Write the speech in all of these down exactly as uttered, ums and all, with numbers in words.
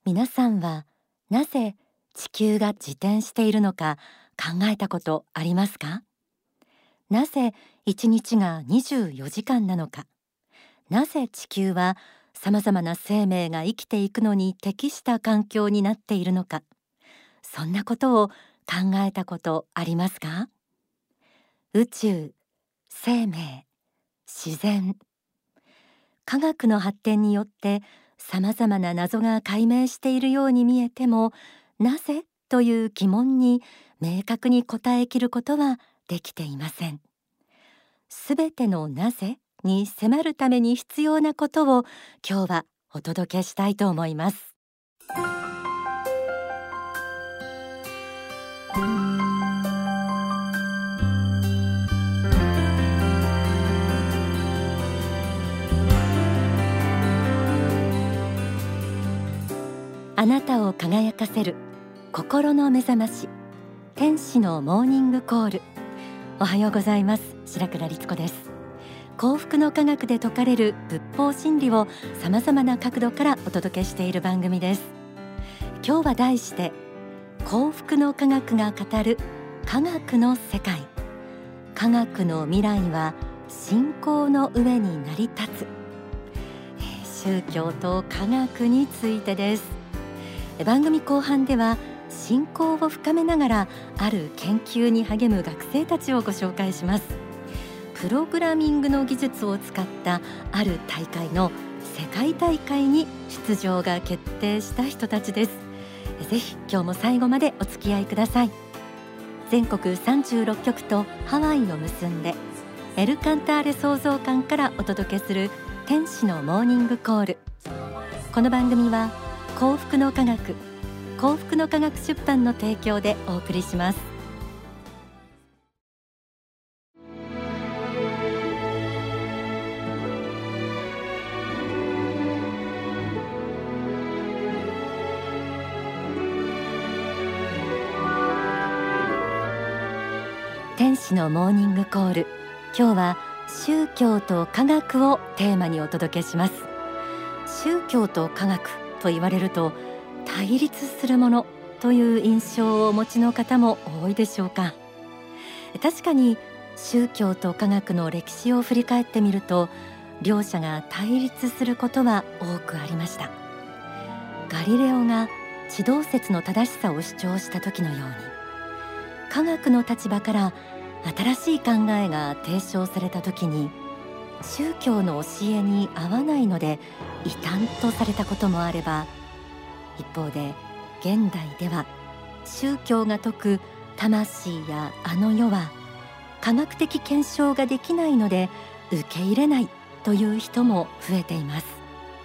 皆さんはなぜ地球が自転しているのか考えたことありますか？なぜ一日がにじゅうよじかんなのか、なぜ地球はさまざまな生命が生きていくのに適した環境になっているのか、そんなことを考えたことありますか？宇宙、生命、自然、科学の発展によってさまざまな謎が解明しているように見えても、なぜという疑問に明確に答えきることはできていません。すべてのなぜに迫るために必要なことを今日はお届けしたいと思います。あなたを輝かせる心の目覚まし、天使のモーニングコール。おはようございます。白倉律子です。幸福の科学で説かれる仏法真理をさまざまな角度からお届けしている番組です。今日は題して、幸福の科学が語る科学の世界。科学の未来は信仰の上に成り立つ。宗教と科学についてです。番組後半では信仰を深めながらある研究に励む学生たちをご紹介します。プログラミングの技術を使ったある大会の世界大会に出場が決定した人たちです。ぜひ今日も最後までお付き合いください。全国さんじゅうろっきょくとハワイを結んでエルカンターレ創造館からお届けする天使のモーニングコール。この番組は幸福の科学、幸福の科学出版の提供でお送りします。天使のモーニングコール。今日は宗教と科学をテーマにお届けします。宗教と科学と言われると対立するものという印象をお持ちの方も多いでしょうか。確かに宗教と科学の歴史を振り返ってみると、両者が対立することは多くありました。ガリレオが地動説の正しさを主張した時のように、科学の立場から新しい考えが提唱された時に、宗教の教えに合わないので異端とされたこともあれば、一方で現代では宗教が説く魂やあの世は科学的検証ができないので受け入れないという人も増えています。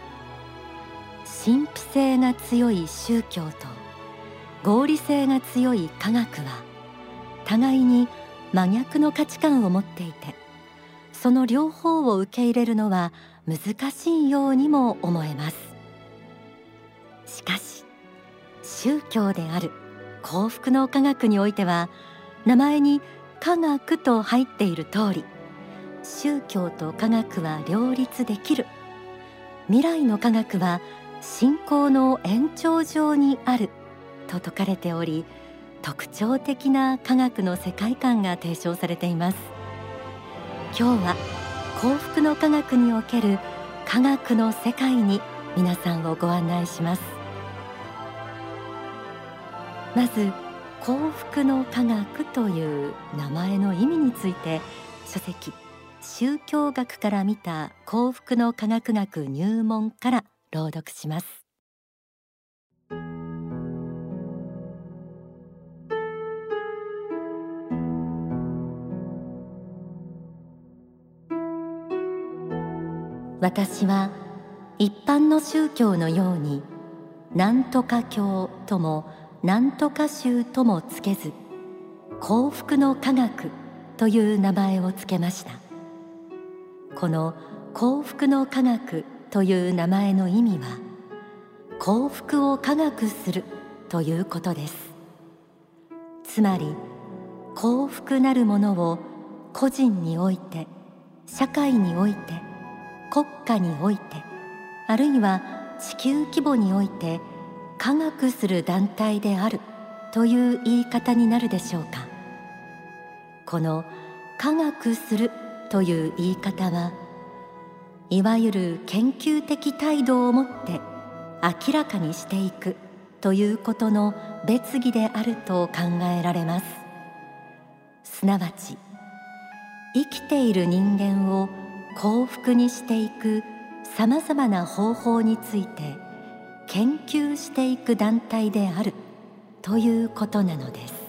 神秘性が強い宗教と合理性が強い科学は互いに真逆の価値観を持っていて、その両方を受け入れるのは難しいようにも思えます。しかし宗教である幸福の科学においては、名前に科学と入っている通り、宗教と科学は両立できる。未来の科学は信仰の延長上にあると説かれており、特徴的な科学の世界観が提唱されています。今日は幸福の科学における科学の世界に皆さんをご案内します。まず、幸福の科学という名前の意味について、書籍宗教学から見た幸福の科学学入門から朗読します。私は一般の宗教のようになんとか教ともなんとか宗ともつけず、幸福の科学という名前をつけました。この幸福の科学という名前の意味は、幸福を科学するということです。つまり幸福なるものを個人において、社会において、国家において、あるいは地球規模において科学する団体であるという言い方になるでしょうか。この科学するという言い方は、いわゆる研究的態度をもって明らかにしていくということの別義であると考えられます。すなわち、生きている人間を幸福にしていくさまざまな方法について研究していく団体であるということなのです。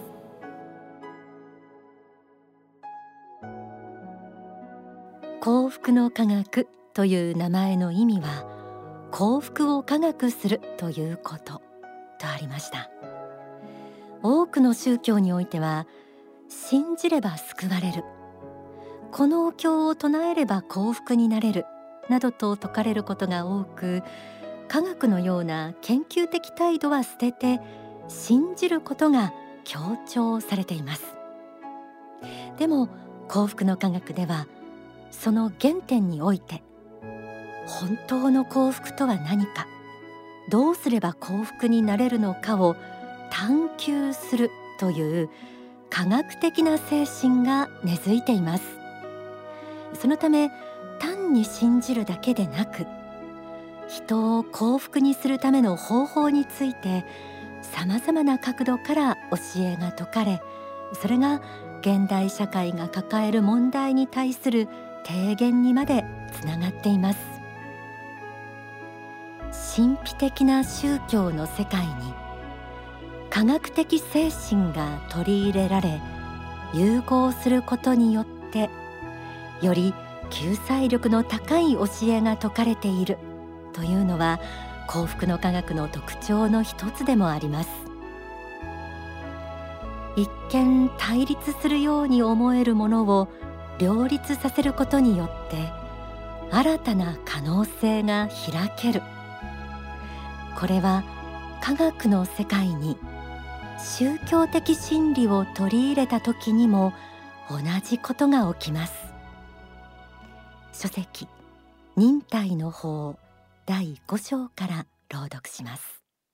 幸福の科学という名前の意味は、幸福を科学するということとありました。多くの宗教においては、信じれば救われる、このお経を唱えれば幸福になれるなどと説かれることが多く、科学のような研究的態度は捨てて信じることが強調されています。でも幸福の科学では、その原点において、本当の幸福とは何か、どうすれば幸福になれるのかを探求するという科学的な精神が根付いています。そのため、単に信じるだけでなく、人を幸福にするための方法についてさまざまな角度から教えが説かれ、それが現代社会が抱える問題に対する提言にまでつながっています。神秘的な宗教の世界に科学的精神が取り入れられ融合することによって、より救済力の高い教えが説かれているというのは、幸福の科学の特徴の一つでもあります。一見対立するように思えるものを両立させることによって新たな可能性が開ける。これは科学の世界に宗教的真理を取り入れた時にも同じことが起きます。書籍忍耐の法だいご章から朗読します。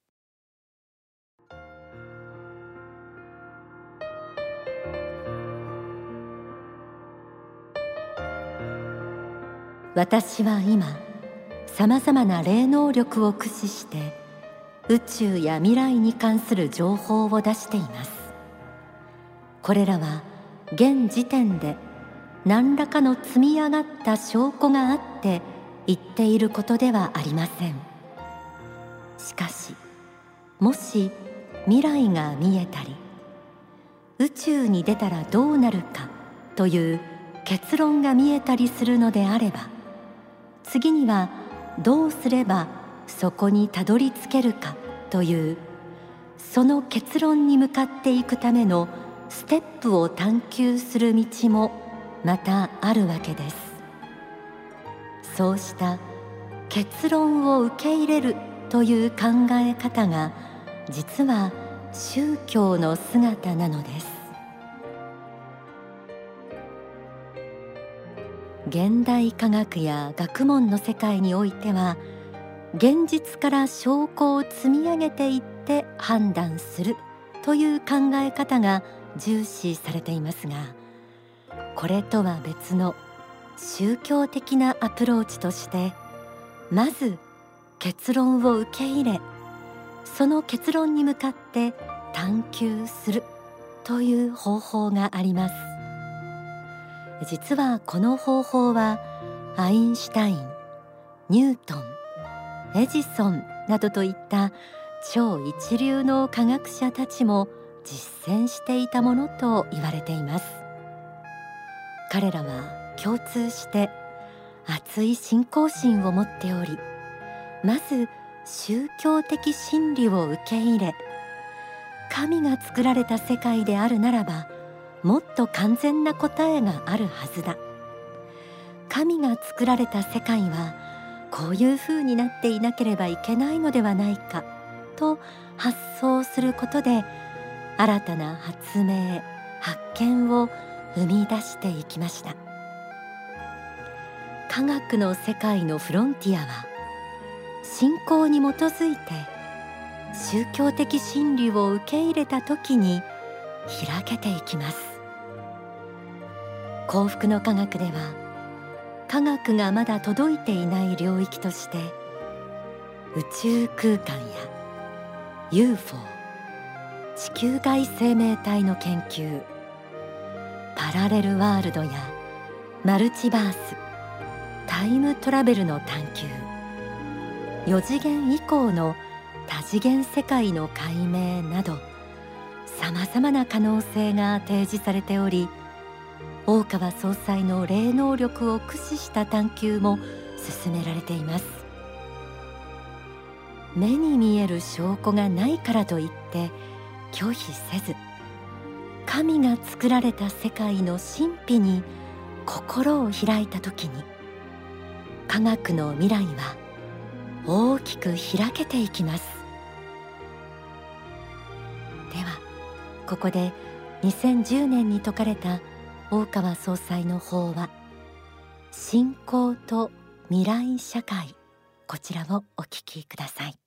私は今、さまざまな霊能力を駆使して宇宙や未来に関する情報を出しています。これらは現時点で何らかの積み上がった証拠があって言っていることではありません。しかし、もし未来が見えたり、宇宙に出たらどうなるかという結論が見えたりするのであれば、次にはどうすればそこにたどり着けるかというその結論に向かっていくためのステップを探求する道もまたあるわけです。そうした結論を受け入れるという考え方が実は宗教の姿なのです。現代科学や学問の世界においては、現実から証拠を積み上げていって判断するという考え方が重視されていますが、これとは別の宗教的なアプローチとして、まず結論を受け入れ、その結論に向かって探求するという方法があります。実はこの方法はアインシュタイン、ニュートン、エジソンなどといった超一流の科学者たちも実践していたものと言われています。彼らは共通して熱い信仰心を持っており、まず宗教的真理を受け入れ、神が作られた世界であるならばもっと完全な答えがあるはずだ、神が作られた世界はこういうふうになっていなければいけないのではないかと発想することで、新たな発明・発見を生み出していきました。科学の世界のフロンティアは信仰に基づいて宗教的真理を受け入れた時に開けていきます。幸福の科学では、科学がまだ届いていない領域として、宇宙空間や ユーフォー、地球外生命体の研究、パラレルワールドやマルチバース、タイムトラベルの探求、よ次元以降の多次元世界の解明など、さまざまな可能性が提示されており、大川総裁の霊能力を駆使した探求も進められています。目に見える証拠がないからといって拒否せず、神が作られた世界の神秘に心を開いたときに、科学の未来は大きく開けていきます。ではここでにせんじゅうねんに説かれた大川総裁の法話、信仰と未来社会、こちらをお聞きください。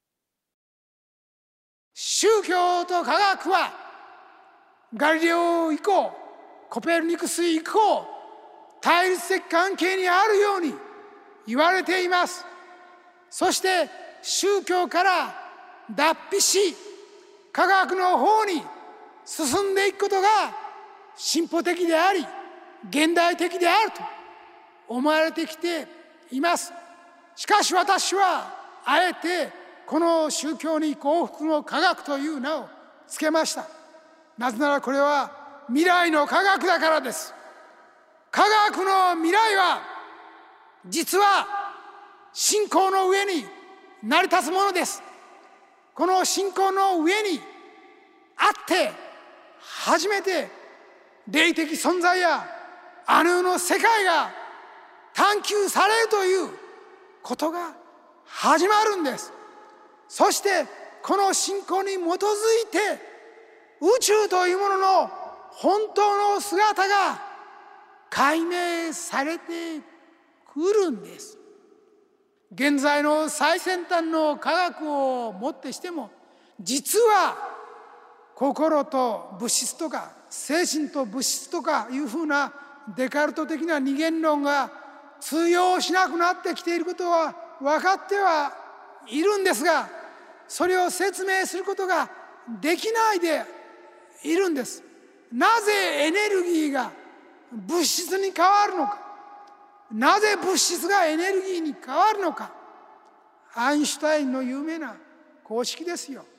宗教と科学はガリレオ以降、コペルニクス以降、対立的関係にあるように言われています。そして宗教から脱皮し、科学の方に進んでいくことが進歩的であり現代的であると思われてきています。しかし私はあえてこの宗教に幸福の科学という名をつけました。なぜならこれは未来の科学だからです。科学の未来は実は信仰の上に成り立つものです。この信仰の上にあって初めて霊的存在やあの世の世界が探求されるということが始まるんです。そしてこの信仰に基づいて宇宙というものの本当の姿が解明されてくるんです。現在の最先端の科学をもってしても、実は心と物質とか精神と物質とかいうふうなデカルト的な二元論が通用しなくなってきていることは分かってはいるんですが、それを説明することができないでいるんです。なぜエネルギーが物質に変わるのか、なぜ物質がエネルギーに変わるのか、アインシュタインの有名な公式ですよ。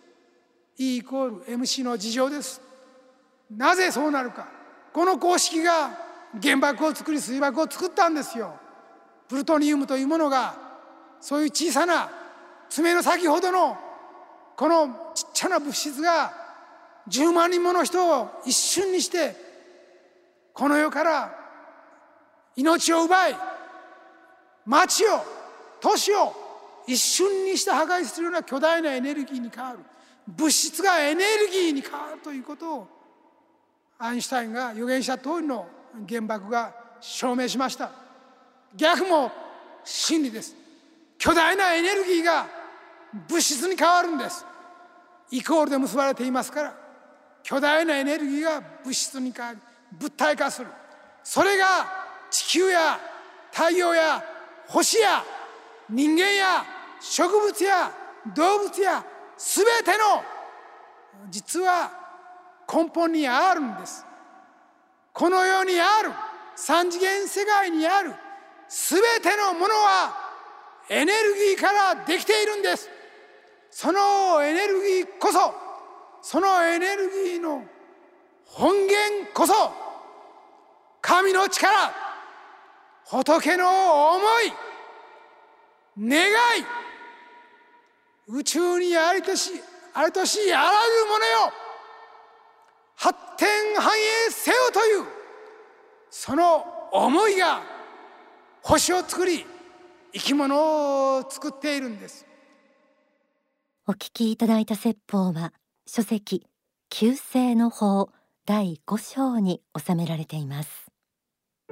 E イコール エムシー の事情です。なぜそうなるか、この公式が原爆を作り水爆を作ったんですよ。プルトニウムというものがそういう小さな爪の先ほどのこのちっちゃな物質がじゅうまんにんもの人を一瞬にしてこの世から命を奪い、町を都市を一瞬にして破壊するような巨大なエネルギーに変わる。物質がエネルギーに変わるということをアインシュタインが予言した通りの原爆が証明しました。逆も真理です。巨大なエネルギーが物質に変わるんです。イコールで結ばれていますから、巨大なエネルギーが物質に変わり物体化する。それが地球や太陽や星や人間や植物や動物やすべての実は根本にあるんです。この世にある三次元世界にあるすべてのものはエネルギーからできているんです。そのエネルギーこそ、そのエネルギーの本源こそ神の力、仏の思い、願い、宇宙にありとしありとしあらゆるものよ、発展繁栄せよというその思いが星を作り生き物を作っているんです。 お聞きいただいた説法は書籍救世の法だいご章に収められています。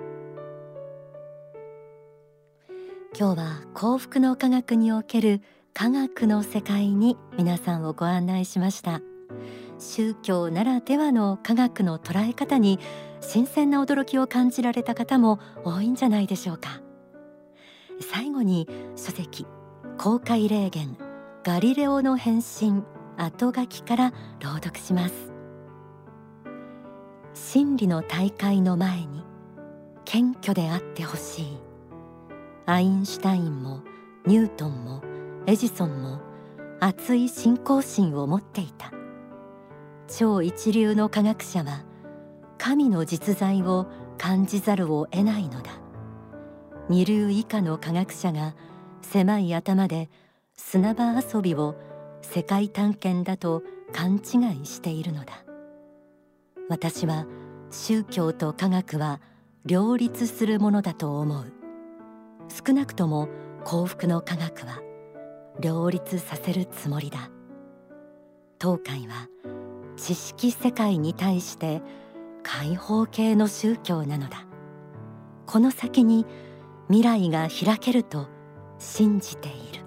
今日は幸福の科学における科学の世界に皆さんをご案内しました。宗教ならではの科学の捉え方に新鮮な驚きを感じられた方も多いんじゃないでしょうか。最後に書籍公開霊言ガリレオの変身後書きから朗読します。真理の大会の前に謙虚であってほしい。アインシュタインもニュートンもエジソンも熱い信仰心を持っていた。超一流の科学者は神の実在を感じざるを得ないのだ。二流以下の科学者が狭い頭で砂場遊びを世界探検だと勘違いしているのだ。私は宗教と科学は両立するものだと思う。少なくとも幸福の科学は両立させるつもりだ。東海は知識世界に対して開放系の宗教なのだ。この先に未来が開けると信じている。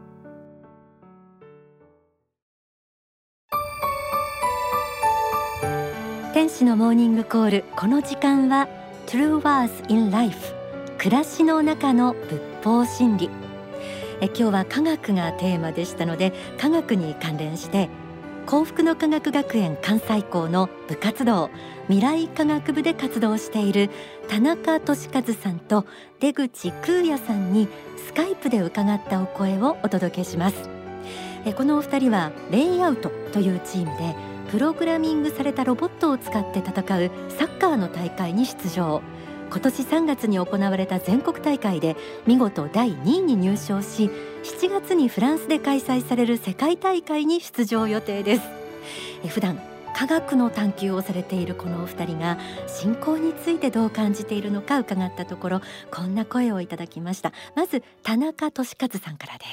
天使のモーニングコール、この時間は True Words in Life、 暮らしの中の仏法真理。え今日は科学がテーマでしたので、科学に関連して幸福の科学学園関西校の部活動未来科学部で活動している田中俊和さんと出口空也さんにスカイプで伺ったお声をお届けします。えこのお二人はレイアウトというチームでプログラミングされたロボットを使って戦うサッカーの大会に出場。今年さんがつに行われた全国大会で見事だいにいに入賞し、しちがつにフランスで開催される世界大会に出場予定です。え普段科学の探求をされているこのお二人が信仰についてどう感じているのか伺ったところ、こんな声をいただきました。まず田中俊和さんからです。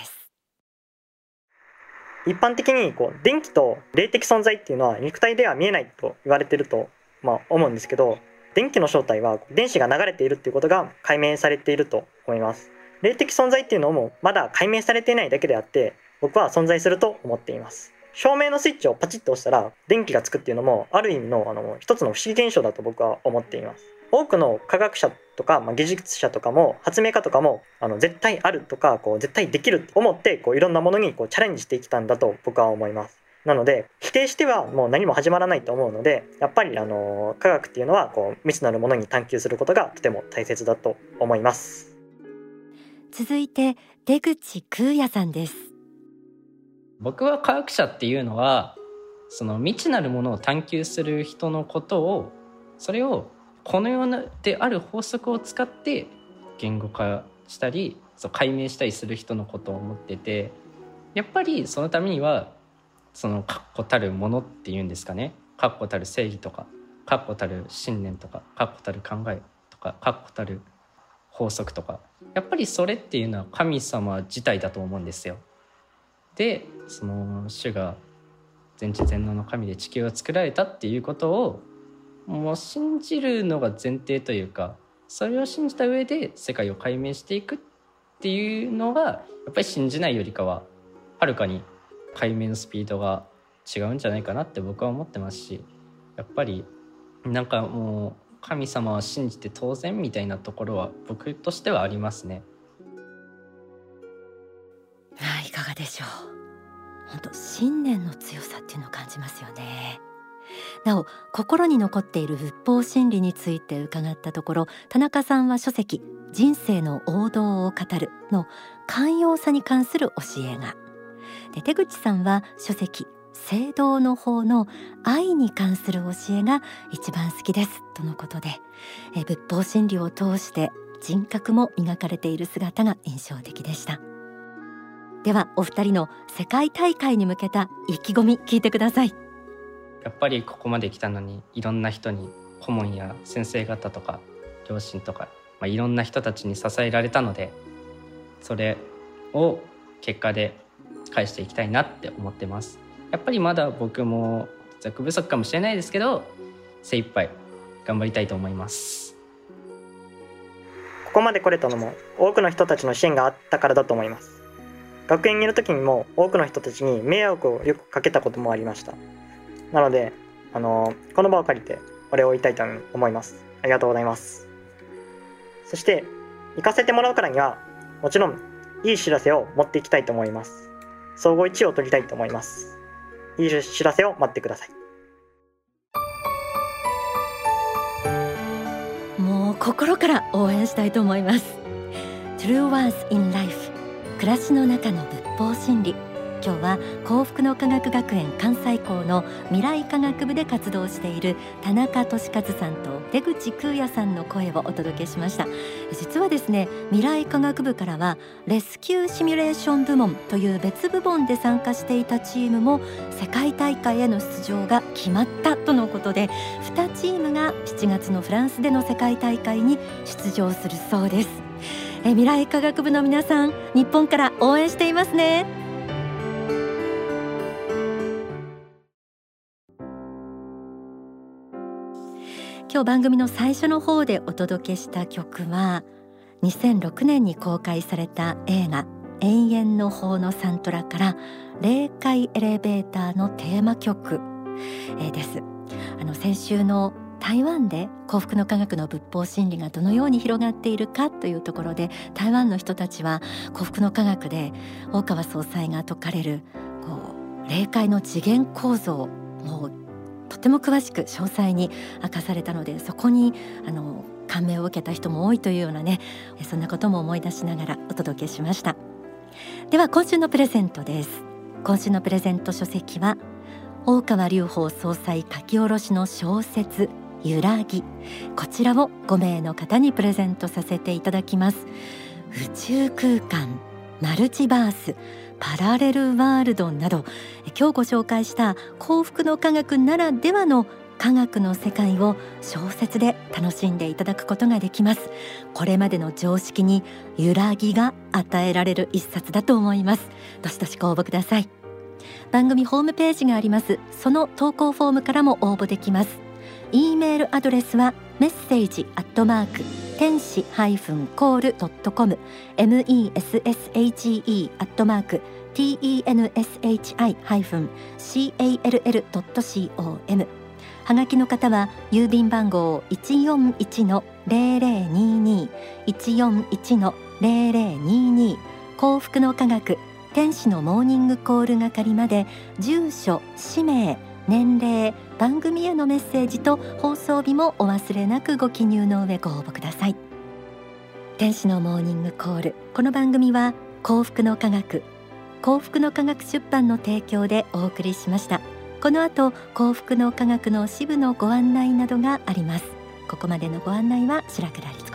一般的にこう電気と霊的存在っていうのは肉体では見えないと言われていると、まあ、思うんですけど、電気の正体は電子が流れているっていうことが解明されていると思います。霊的存在っていうのもまだ解明されていないだけであって、僕は存在すると思っています。照明のスイッチをパチッと押したら電気がつくっていうのもある意味のあの一つの不思議現象だと僕は思っています。多くの科学者とか、まあ、技術者とかも発明家とかもあの絶対あるとかこう絶対できると思ってこういろんなものにこうチャレンジしてきたんだと僕は思います。なので否定してはもう何も始まらないと思うので、やっぱりあの科学っていうのはこう未知なるものに探求することがとても大切だと思います。 続いて出口空也さんです。 僕は科学者っていうのはその未知なるものを探求する人のことを、それをこのようである法則を使って言語化したりそう解明したりする人のことを思ってて、やっぱりそのためにはその確固たるものっていうんですかね、確固たる正義とか確固たる信念とか確固たる考えとか確固たる法則とか、やっぱりそれっていうのは神様自体だと思うんですよ。でその主が全知全能の神で地球を作られたっていうことをもう信じるのが前提というか、それを信じた上で世界を解明していくっていうのがやっぱり信じないよりかははるかに解明のスピードが違うんじゃないかなって僕は思ってますし、やっぱりなんかもう神様は信じて当然みたいなところは僕としてはありますね。 はい、いかがでしょう。本当信念の強さっていうのを感じますよね。なお心に残っている仏法真理について伺ったところ、田中さんは書籍人生の王道を語るの寛容さに関する教えがで、出口さんは書籍聖堂の方の愛に関する教えが一番好きですとのことで、え仏法真理を通して人格も磨かれている姿が印象的でした。ではお二人の世界大会に向けた意気込み聞いてください。 やっぱりここまで来たのにいろんな人に顧問や先生方とか両親とか、まあ、いろんな人たちに支えられたので、それを結果で返していきたいなって思ってます。やっぱりまだ僕も実力不足かもしれないですけど、精一杯頑張りたいと思います。 ここまで来れたのも多くの人たちの支援があったからだと思います。 学園にいる時にも多くの人たちに迷惑をよくかけたこともありました。なのであのこの場を借りてお礼を言いたいと思います。ありがとうございます。そして行かせてもらうからにはもちろんいい知らせを持っていきたいと思います。総合いちいを取りたいと思います。いい知らせを待ってください。 もう心から応援したいと思います。 True Words in Life 暮らしの中の仏法真理。今日は幸福の科学学園関西校の未来科学部で活動している田中俊和さんと出口空也さんの声をお届けしました。実はですね、未来科学部からはレスキューシミュレーション部門という別部門で参加していたチームも世界大会への出場が決まったとのことで、にチームがしちがつのフランスでの世界大会に出場するそうです。え未来科学部の皆さん、日本から応援していますね。今日番組の最初の方でお届けした曲はにせんろくねんに公開された映画永遠の法のサントラから霊界エレベーターのテーマ曲です。あの先週の台湾で幸福の科学の仏法真理がどのように広がっているかというところで、台湾の人たちは幸福の科学で大川総裁が説かれるこう霊界の次元構造もとても詳しく詳細に明かされたので、そこにあの感銘を受けた人も多いというようなね、そんなことも思い出しながらお届けしました。では今週のプレゼントです。今週のプレゼント書籍は大川隆法総裁書き下ろしの小説揺らぎ、こちらをごめいの方にプレゼントさせていただきます。宇宙空間、マルチバース、パラレルワールドなど、今日ご紹介した幸福の科学ならではの科学の世界を小説で楽しんでいただくことができます。これまでの常識に揺らぎが与えられる一冊だと思います。どしどしご応募ください。番組ホームページがあります。その投稿フォームからも応募できます。e メールアドレスはメッセージアットマーク天使ハイフンコールドットコム メッセージアットマーク テンシハイフンコールドットコム。はがきの方は郵便番号 いちよんいちのゼロゼロにに いちよんいちのゼロゼロにに 幸福の科学天使のモーニングコール係まで住所、氏名、年齢、番組へのメッセージと放送日もお忘れなくご記入の上ご応募ください。天使のモーニングコール、この番組は幸福の科学幸福の科学出版の提供でお送りしました。この後幸福の科学の支部のご案内などがあります。ここまでのご案内は白倉理